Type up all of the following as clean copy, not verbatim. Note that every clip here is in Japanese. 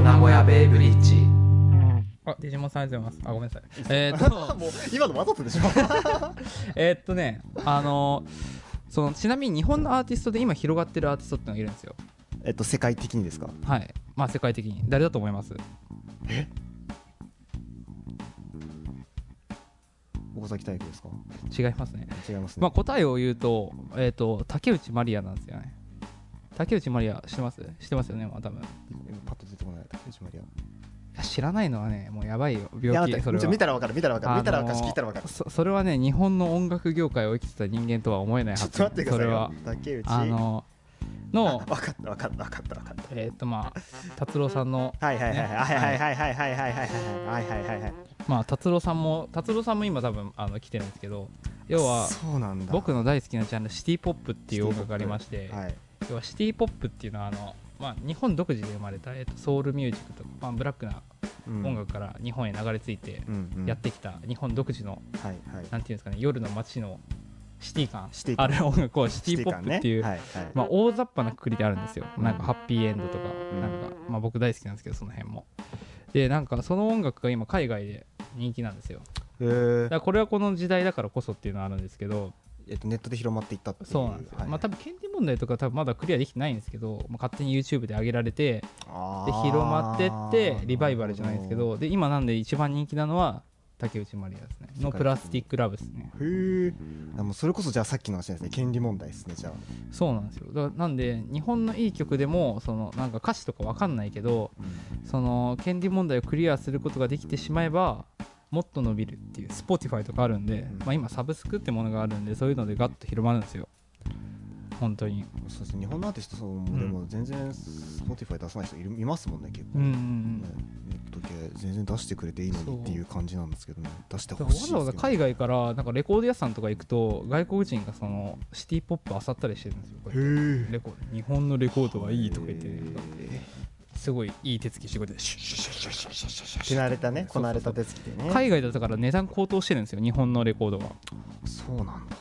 京名古屋ベイブリッジ。 あ、デジモンさんありがとうございます。あ、ごめんなさい。 もう今のわざとでしょちなみに日本のアーティストで今広がってるアーティストってのがいるんですよ。 世界的にですか？ はい。まあ世界的に誰だと思います？ 岡崎体育ですか？ 違いますね。 違いますね。 まあ答えを言うと、竹内まりやなんですよね。竹内まりや知ってます？知ってますよね、まあ多分。 パッと出てこない。竹内まりや。 知らないのはね、もうやばいよ、病気。それは見たらわかる、見たらわかる、見たらわかる、聞いたらわかる。 それはね、日本の音楽業界を生きてた人間とは思えないはず。 ちょっと待ってくださいよ。 竹内のわかったまあ達郎さんのはいまあ達郎さんも今多分来てるんですけど、要は僕の大好きなジャンルシティポップっていう音楽がありまして、要はシティポップっていうのはまあ日本独自で生まれたソウルミュージックとか、まあブラックな音楽から日本へ流れ着いてやってきた日本独自のなんていうんですかね、夜の街のシティ感ある音楽をシティポップっていう、まあ大雑把なくくりであるんですよ。なんかハッピーエンドとか、なんかまあ僕大好きなんですけど、その辺も。でなんかその音楽が今海外で人気なんですよ。だからこれはこの時代だからこそっていうのはあるんですけど、 ネットで広まっていったっていう。 そうなんですよ。まあ多分権利問題とか多分まだクリアできてないんですけど、まあ、勝手に YouTube で上げられて、で広まってってリバイバルじゃないですけど、で今なんで一番人気なのは竹内まりやですねのプラスティックラブですね。 へえ。もうそれこそじゃあさっきの話ですね、権利問題ですね。じゃあそうなんですよ。だからなんで日本のいい曲でもなんか歌詞とかわかんないけど、権利問題をクリアすることができてしまえばもっと伸びるっていう Spotify とかあるんで、まあ今サブスクってものがあるんで、そういうのでガッと広まるんですよ。本当に。 そうですね、日本のアーティストでも全然 Spotify 出さない人いますもんね、結構。全然出してくれていいのにっていう感じなんですけどね。出してほしいですけど。 わざわざ海外からなんかレコード屋さんとか行くと外国人がシティポップ漁ったりしてるんですよ。日本のレコードはいいとか言って、すごいいい手つきしてくれてシュッシュッシュッシュッシュッシュッシュッシュッ、 手慣れたね、こなれた手つきでね。 海外だったから値段高騰してるんですよ、日本のレコードが。 そうなんだ。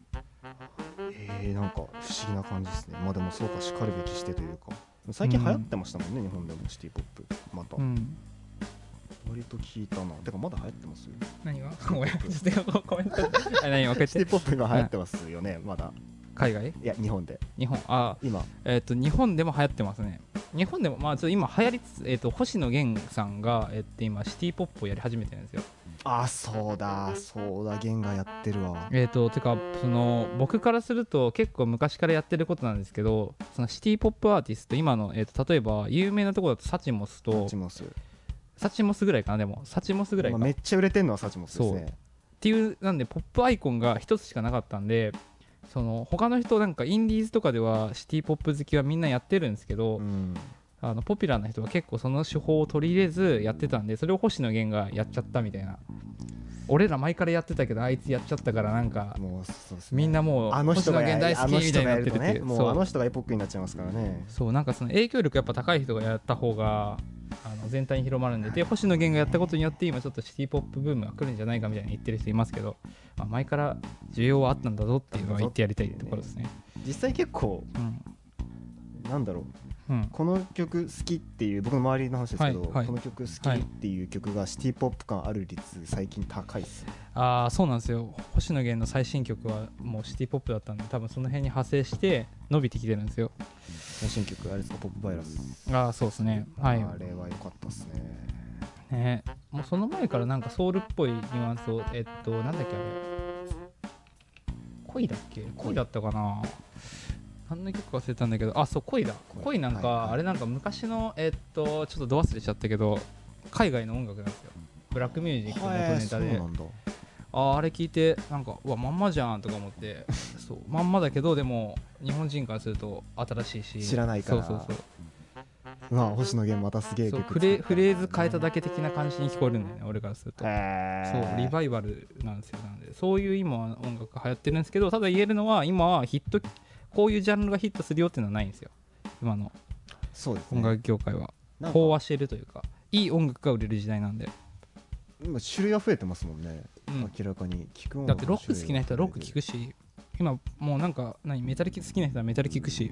なんか不思議な感じですね。まあでもそうか、しかるべきしてというか、最近流行ってましたもんね、日本でもシティポップまた。割と聞いたな。てかまだ流行ってますよ。 何が？ごめん、ちょっとコメント。何分かって。 シティポップ今流行ってますよね、まだ。 海外？いや日本で。 今日本でも流行ってますね。日本でもまあちょっと今流行りつつ、星野源さんが今シティポップをやり始めてるんですよ。 そうだ源がやってるわ。 てか僕からすると結構昔からやってることなんですけど、そのシティポップアーティスト今の例えば有名なところだとサチモスぐらいかな。でもサチモスぐらいか、 めっちゃ売れてんのはサチモスですね。 っていうなんでポップアイコンが一つしかなかったんで、他の人なんかインディーズとかではシティポップ好きはみんなやってるんですけど、ポピュラーな人は結構その手法を取り入れずやってたんで、それを星野源がやっちゃったみたいな。俺ら前からやってたけどあいつやっちゃったからなんかみんなもう星野源大好きみたいになってるっていう、 もうあの人がエポックになっちゃいますからね。 そうなんかその影響力やっぱ高い人がやった方が全体に広まるんで、星野源がやったことによって今ちょっとシティポップブームが来るんじゃないかみたいに言ってる人いますけど、まあ、前から需要はあったんだぞっていうのは言ってやりたいところですね。 実際結構、なんだろう、この曲好きっていう僕の周りの話ですけど、この曲好きっていう曲がシティポップ感ある率最近高いっすね。 そうなんですよ。星野源の最新曲はもうシティポップだったんで、多分その辺に派生して伸びてきてるんですよ。 最新曲あれですか、ポップバイラス。 そうですね。あれは良かったっすね。 もうその前からなんかソウルっぽいニュアンスをなんだっけあれ、恋だっけ、恋だったかな。何の曲か忘れたんだけど、そう恋だ。恋なんか、あれなんか昔のちょっとど忘れちゃったけど海外の音楽なんですよ。ブラックミュージックの元ネタで。あれ聞いてなんかうわまんまじゃんとか思って、そうまんまだけどでも日本人からすると新しいし知らないから。星野源またすげえ曲フレーズ変えただけ的な感じに聞こえるんだよね、俺からすると。そうリバイバルなんですよ。なんでそういう今音楽が流行ってるんですけど、ただ言えるのは今はこういうジャンルがヒットするよっていうのはないんですよ、今の音楽業界は。飽和してるというか、いい音楽が売れる時代なんで。 今種類は増えてますもんね、明らかに。聞く音楽、 だってロック好きな人はロック聞くし、今もうなんかメタル好きな人はメタル聞くし、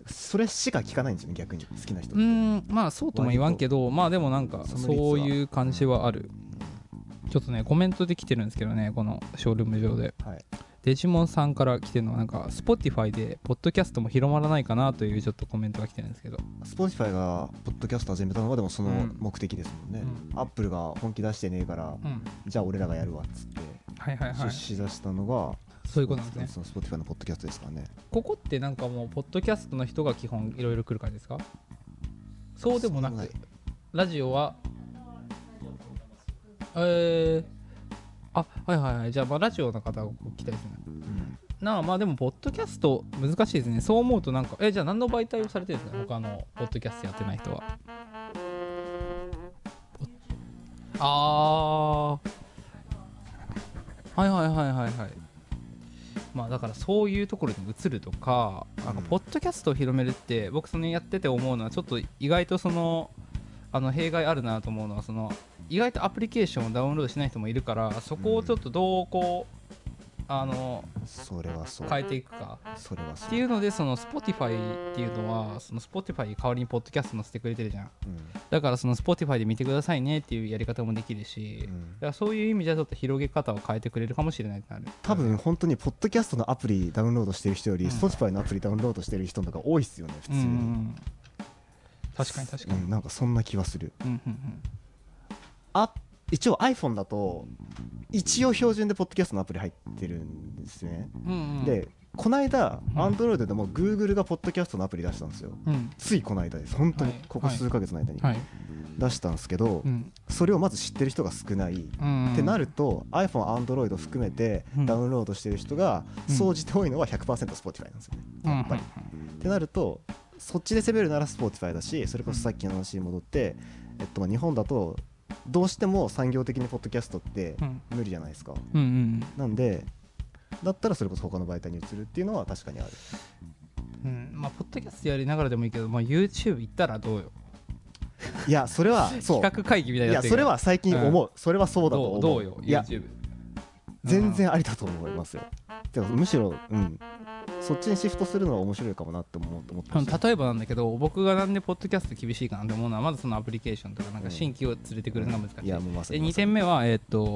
それしか聞かないんですよね、逆に好きな人って。 まあそうとも言わんけど、まあでもなんかそういう感じはある。ちょっとねコメントで来てるんですけどね、このショールーム上で、はい、デジモンさんから来てるのはなんか Spotify でポッドキャストも広まらないかなというちょっとコメントが来てるんですけど、 Spotify がポッドキャスト始めたのはでもその目的ですもんね、Apple が本気出してねえから、じゃあ俺らがやるわっつって出資出したのがそういうことなんですね。 その Spotify のポッドキャストですからね。 ここってなんかもうポッドキャストの人が基本いろいろ来る感じですか？そうでもなくラジオははいはいはい、じゃあまあラジオの方が来たりするな、まあでもポッドキャスト難しいですね。そう思うとなんかじゃあ何の媒体をされてるんですか、他のポッドキャストやってない人は。はいはいはいはいはい。まあだからそういうところに移るとか、ポッドキャストを広めるって僕そのやってて思うのはちょっと意外とその弊害あるなと思うのは、その意外とアプリケーションをダウンロードしない人もいるから、そこをちょっとどうこうそれはそう変えていくかっていうので、その Spotify っていうのはその Spotify 代わりにポッドキャスト載せてくれてるじゃん、だからその Spotify で見てくださいねっていうやり方もできるし、だからそういう意味じゃちょっと広げ方を変えてくれるかもしれないってなる。 多分本当にポッドキャストのアプリダウンロードしてる人より Spotify のアプリダウンロードしてる人の方が多いっすよね普通に。 確かに確かに、 なんかそんな気はする。一応 iPhone だと一応標準でポッドキャストのアプリ入ってるんですね、でこの間 Android でも Google がポッドキャストのアプリ出したんですよ、ついこの間です。本当にここ数ヶ月の間に出したんですけど、それをまず知ってる人が少ないってなると iPhone、Android 含めてダウンロードしてる人が総じて多いのは 100%Spotify なんですよね、やっぱり。ってなるとそっちで攻めるなら Spotify だし、それこそさっきの話に戻って、日本だとどうしても産業的にポッドキャストって無理じゃないですか、なんでだったらそれこそ他の媒体に移るっていうのは確かにある。 まあポッドキャストやりながらでもいいけど、まあ、YouTube 行ったらどうよ。 いやそれはそう企画会議みたいな。 いやそれは最近思う、それはそうだと思う。 どうよ YouTube。 全然ありだと思いますよ。でもむしろ、そっちにシフトするのは面白いかもなって思ってました。 例えばなんだけど、僕がなんでポッドキャスト厳しいかなと思うのは、まずそのアプリケーションとかなんか新規を連れてくるのが難しい。で2点目は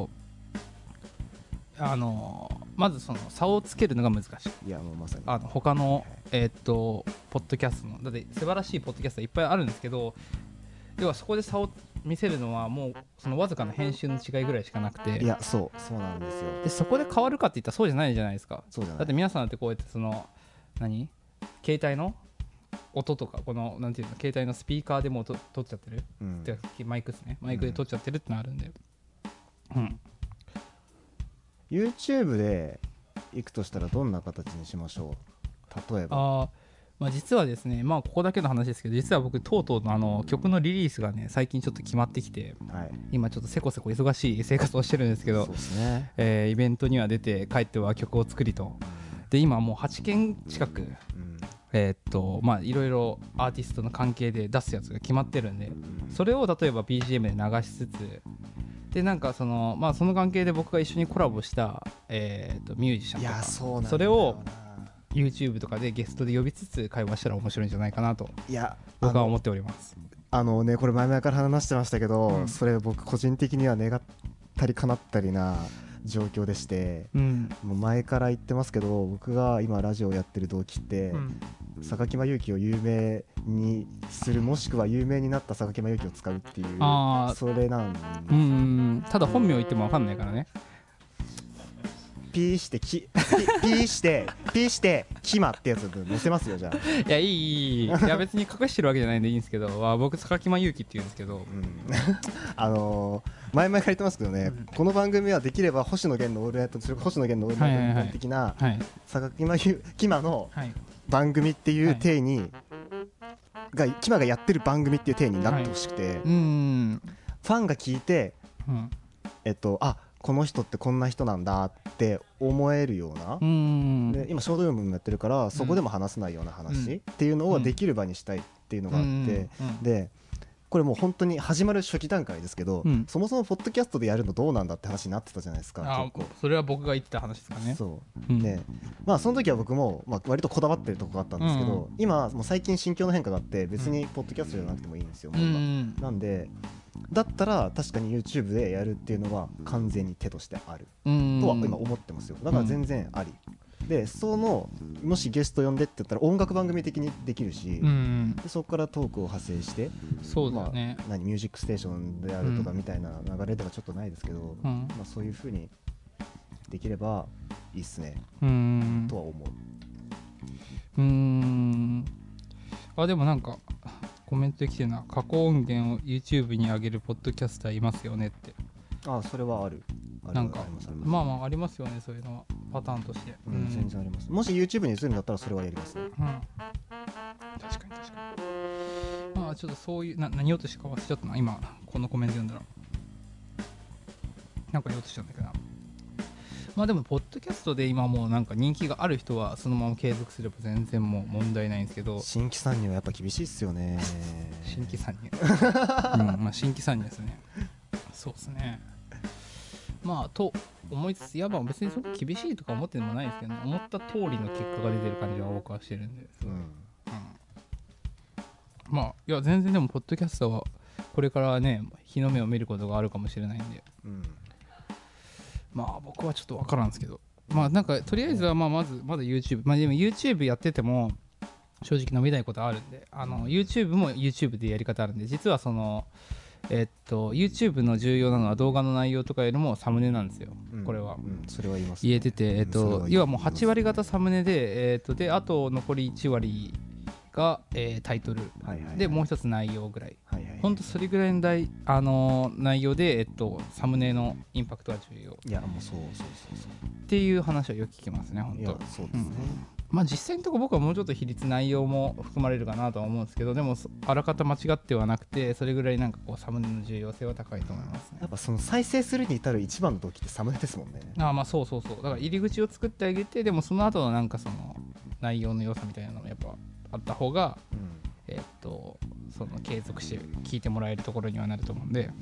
まずその差をつけるのが難しい。 いやもうまさに他のポッドキャストのだって素晴らしいポッドキャストいっぱいあるんですけど、要はそこで差を見せるのはもうそのわずかな編集の違いぐらいしかなくて、 いやそうなんですよ。 でそこで変わるかっていったらそうじゃないじゃないですか。 そうじゃない。 だって皆さんだってこうやってその携帯の音とかこのなんていうの携帯のスピーカーでも取っちゃってる、マイクですね、マイクで撮っちゃってるってのあるんで、 YouTube で行くとしたらどんな形にしましょう。例えばまあ、実はですね、まあここだけの話ですけど、実は僕とうとうの曲のリリースがね最近ちょっと決まってきて、今ちょっとせこせこ忙しい生活をしてるんですけど、イベントには出て帰っては曲を作りと、で今もう8件近くまあいろいろアーティストの関係で出すやつが決まってるんで、それを例えば BGM で流しつつで、なんかそのまあその関係で僕が一緒にコラボしたミュージシャンとか、それをYouTube とかでゲストで呼びつつ会話したら面白いんじゃないかなと僕は思っております。 これ前々から話してましたけど、それ僕個人的には願ったり叶ったりな状況でして、もう前から言ってますけど、僕が今ラジオをやってる動機って、榊間祐希を有名にする、もしくは有名になった榊間祐希を使うっていう、それなんです。 ただ本名言っても分かんないからね。 ピーしてキマってやつ載せますよじゃあ。 いやいや別に隠してるわけじゃないんでいいんですけど、僕榊間祐希って言うんですけど、 前々から言ってますけどね、この番組はできれば星野源のオールナイト星野源のオールナイト的な榊間キマの番組っていう体にキマがやってる番組っていう体になってほしくて、ファンが聞いてこの人ってこんな人なんだって思えるような、で今ショートムーブもやってるからそこでも話せないような話っていうのをできる場にしたいっていうのがあって、でこれもう本当に始まる初期段階ですけど、そもそもポッドキャストでやるのどうなんだって話になってたじゃないですか。 結構それは僕が言ってた話ですかね。 そうで、その時は僕も割とこだわってるとこがあったんですけど、今もう最近心境の変化があって、別にポッドキャストじゃなくてもいいんですよ、なんでだったら確かに YouTube でやるっていうのは完全に手としてあるとは今思ってますよ。だから全然ありで、もしゲスト呼んでって言ったら音楽番組的にできるし、でそこからトークを派生して、 そうだね、 ミュージックステーションであるとかみたいな流れではちょっとないですけど、そういう風にできればいいっすねとは思う。でもなんかコメントできてるな。過去音源を YouTube に上げるポッドキャスターいますよねって。 それはある。 なんかありますよね、そういうのはパターンとして。 全然あります。もし YouTube に移るんだったらそれはやりますね。 確かにちょっとそういう何言おうとしたか忘れちゃったな。今このコメント読んだらなんか言おうとしたんだけどな。でもポッドキャストで今もうなんか人気がある人はそのまま継続すれば全然もう問題ないんですけど、 新規参入はやっぱ厳しいっすよね。 新規参入新規参入ですね。そうですね。と思いつつ、別にそんな厳しいとか思ってもないですけどね、思った通りの結果が出てる感じは僕はしてるんで、いや全然でもポッドキャストはこれからね日の目を見ることがあるかもしれないんで、僕はちょっと分からんですけど、なんかとりあえずはまだ YouTube、でも YouTube やってても正直飲みたいことあるんで、YouTube も YouTube でやり方あるんで、実はそのYouTube の重要なのは動画の内容とかよりもサムネなんですよ、これは。 それは言いますね。 言えてて、要はもう8割方サムネで、であと残り1割が、タイトル、でもう一つ内容ぐらい、ほんとそれぐらいの内容で、サムネのインパクトは重要。 いやもうそうっていう話はよく聞きますね、本当。 いやそうですね。 実際のところ僕はもうちょっと比率内容も含まれるかなとは思うんですけど、でもあらかた間違ってはなくて、それぐらいなんかこうサムネの重要性は高いと思いますね。 やっぱその再生するに至る一番の動機ってサムネですもんね。 そうだから入り口を作ってあげて、でもその後のなんかその内容の良さみたいなのもやっぱあった方が、その継続して聞いてもらえるところにはなると思うんで、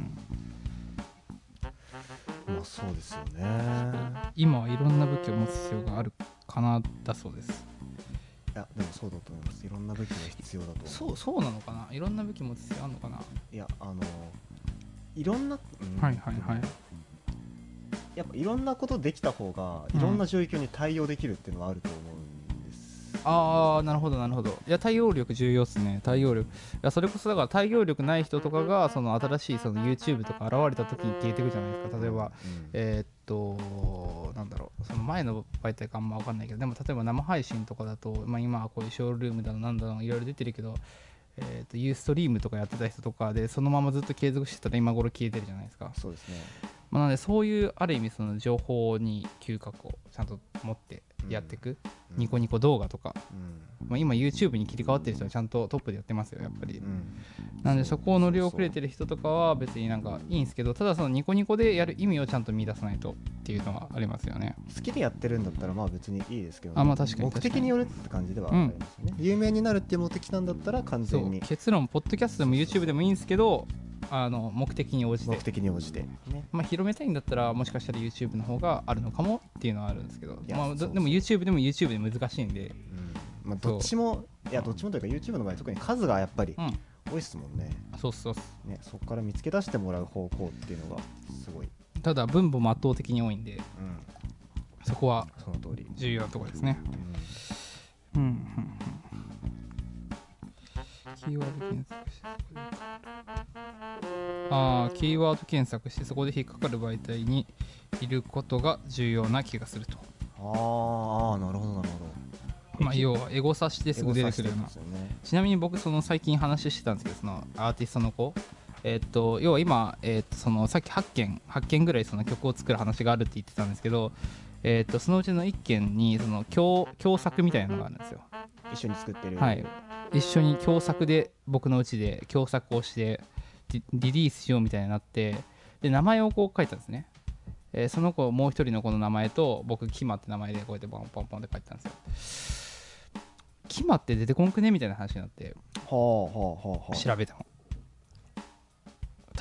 そうですよね。 今はいろんな武器を持つ必要があるかなだそうです。 いやでもそうだと思います。いろんな武器が必要だと思う。 そうなのかな。いろんな武器持つ必要あるのかな。 いやいろんな、やっぱいろんなことできた方がいろんな状況に対応できるっていうのはあると思うんです。 なるほど。いや対応力重要っすね。対応力。いやそれこそだから対応力ない人とかがその新しいその YouTube とか現れた時に消えていくじゃないですか。例えば、なんだろう、その前の媒体かあんま分かんないけど、でも例えば生配信とかだと、今はこういうショールームだのなんだのいろいろ出てるけど、ユーストリームとかやってた人とかでそのままずっと継続してたら今頃消えてるじゃないですか。 そうですね。 なのでそういうある意味その情報に嗅覚をちゃんと持ってやっていく、ニコニコ動画とか、今 YouTube に切り替わってる人はちゃんとトップでやってますよやっぱり、なのでそこを乗り遅れてる人とかは別になんかいいんですけど、ただそのニコニコでやる意味をちゃんと見出さないとっていうのはありますよね。 好きでやってるんだったら別にいいですけど、 確かに目的によるって感じではありますよね。有名になるっていう目的なんだったら完全に結論ポッドキャストでも YouTube でもいいんですけど、目的に応じて広めたいんだったらもしかしたら YouTube の方があるのかもっていうのはあるんですけど、でも YouTube でも YouTube で難しいんで、 どっちもというか YouTube の場合特に数がやっぱり多いっすもんね。 そうね、そこから見つけ出してもらう方向っていうのがすごい。 ただ分母も圧倒的に多いんで、そこはその通り重要なところですね。キーワード検索してキーワード検索してそこで引っかかる媒体にいることが重要な気がすると。 なるほど。 要はエゴサしてすぐ出てくるような、ちなみに僕その最近話してたんですけど、そのアーティストの子、要は今、そのさっき8件ぐらいその曲を作る話があるって言ってたんですけど、そのうちの1件にその共作みたいなのがあるんですよ。 一緒に作ってる、 一緒に共作で僕のうちで共作をしてリリースしようみたいになって、で名前をこう書いたんですね。その子もう一人の子の名前と僕キマって名前でこうやってポンポンポンって書いてたんですよ。キマって出てこんくねみたいな話になって、調べても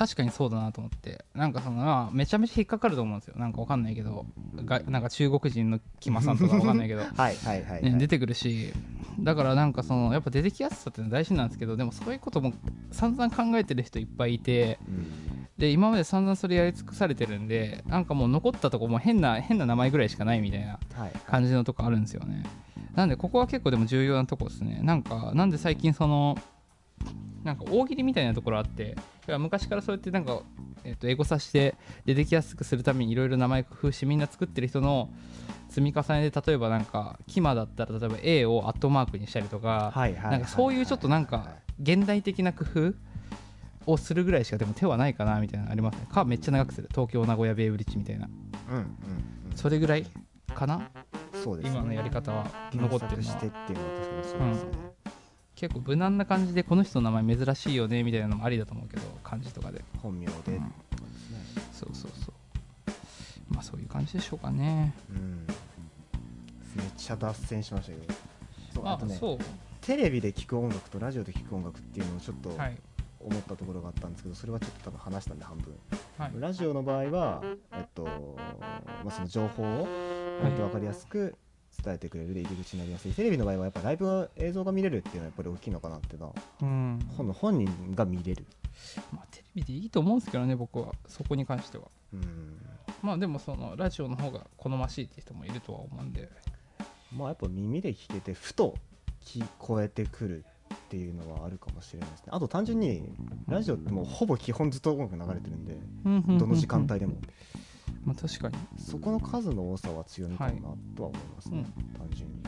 確かにそうだなと思って、なんかそのめちゃめちゃ引っかかると思うんですよ。なんかわかんないけど、なんか中国人のキマさんとかわかんないけど出てくるし、だからなんかそのやっぱ出てきやすさって大事なんですけど、でもそういうことも散々考えてる人いっぱいいて、で今まで散々それやり尽くされてるんで、なんかもう残ったとこも変な名前ぐらいしかないみたいな感じのとこあるんですよね。なんでここは結構でも重要なとこですね。なんで最近そのなんか大喜利みたいなところあって、昔からそうやってなんか、エゴサして出てきやすくするためにいろいろ名前工夫してみんな作ってる人の積み重ねで、例えばなんかキマだったら例えば A をアットマークにしたりとか、なんかそういうちょっとなんか現代的な工夫をするぐらいしかでも手はないかなみたいなのありますね。めっちゃ長くする東京名古屋ベイブリッジみたいな、それぐらいかな。そうですね、今のやり方は残ってるのはしてっていうのは確かにそうですね、結構無難な感じでこの人の名前珍しいよねみたいなのもありだと思うけど、漢字とかで本名で、 そうまあそういう感じでしょうかね。 めっちゃ脱線しましたけど、あとね、 そうテレビで聴く音楽とラジオで聴く音楽っていうのをちょっと思ったところがあったんですけど、それはちょっと多分話したんで半分、ラジオの場合はその情報を割と分かりやすく伝えてくれる入り口になりやすい。テレビの場合はやっぱライブの映像が見れるっていうのはやっぱり大きいのかなっていうのは、本人が見れる、 テレビでいいと思うんですけどね、僕はそこに関しては。まあでもそのラジオの方が好ましいって人もいるとは思うんで、 まあやっぱ耳で聞けてふと聞こえてくるっていうのはあるかもしれないですね。あと単純にラジオってもうほぼ基本ずっと音楽流れてるんで、どの時間帯でも、 まあ確かにそこの数の多さは強みかなとは思いますね、単純に。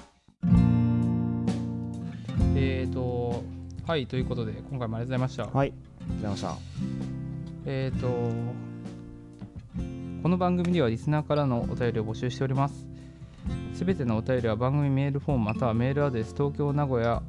はいということで今回もありがとうございました。 はい、ありがとうございました。 この番組ではリスナーからのお便りを募集しております。すべてのお便りは番組メールフォームまたはメールアドレス東京名古屋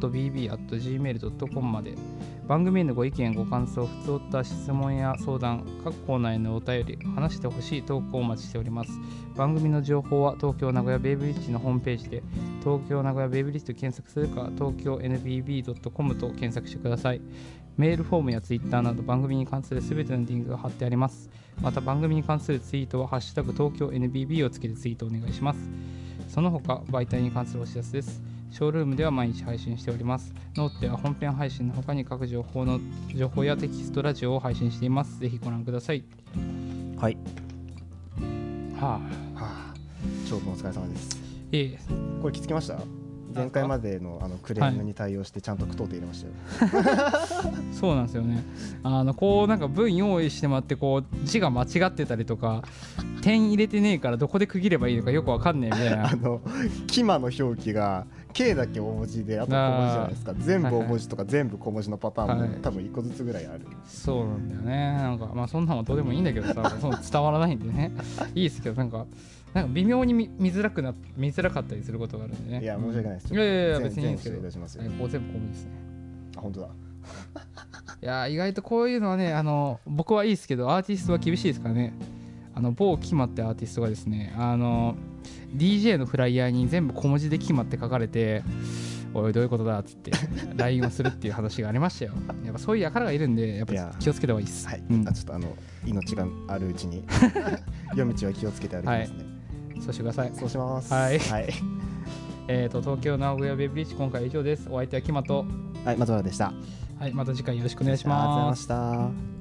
.bb@gmail.com まで。番組へのご意見ご感想、ふつおた質問や相談、各コーナーへのお便り、話してほしい投稿をお待ちしております。番組の情報は東京名古屋ベイブリッジのホームページで東京名古屋ベイブリッジと検索するか東京 NBB.com と検索してください。メールフォームやツイッターなど番組に関するすべてのリンクが貼ってあります。また番組に関するツイートはハッシュタグ東京 NBB をつけてツイートお願いします。その他媒体に関するお知らせです。ショールームでは毎日配信しております。ノートでは本編配信の他に各情報やテキストラジオを配信しています。ぜひご覧ください。 はい。超お疲れ様です。これ気づきました？前回までのクレームに対応してちゃんと句読点入れましたよ。 そうなんですよね。こうなんか文用意してもらってこう字が間違ってたりとか点入れてねえからどこで区切ればいいのかよくわかんねえみたいな。 キマの表記が K だけ大文字であと小文字じゃないですか。全部大文字とか全部小文字のパターンも多分1個ずつぐらいある。 そうなんだよね。なんかまあそんなのはどうでもいいんだけどさ、その伝わらないんでね。いいですけどなんか微妙に見づらかったりすることがあるんでね。 いや申し訳ないです。 いや別にいいんですけど。 こう全部小文字ですね。 本当だ。 いや意外とこういうのはね僕はいいですけどアーティストは厳しいですからね。某キマってアーティストがですねDJ のフライヤーに全部小文字でキマって書かれておいどういうことだっつって LINE をするっていう話がありましたよ。やっぱそういう輩がいるんでやっぱ気をつけた方がいいです。 はい、ちょっと命があるうちに夜道は気をつけて歩きますね。 そうしてください。 そうします。 はい、東京名古屋ベイブリッジ今回は以上です。お相手はキマと松原でした。 はい、また次回よろしくお願いします。 ありがとうございました。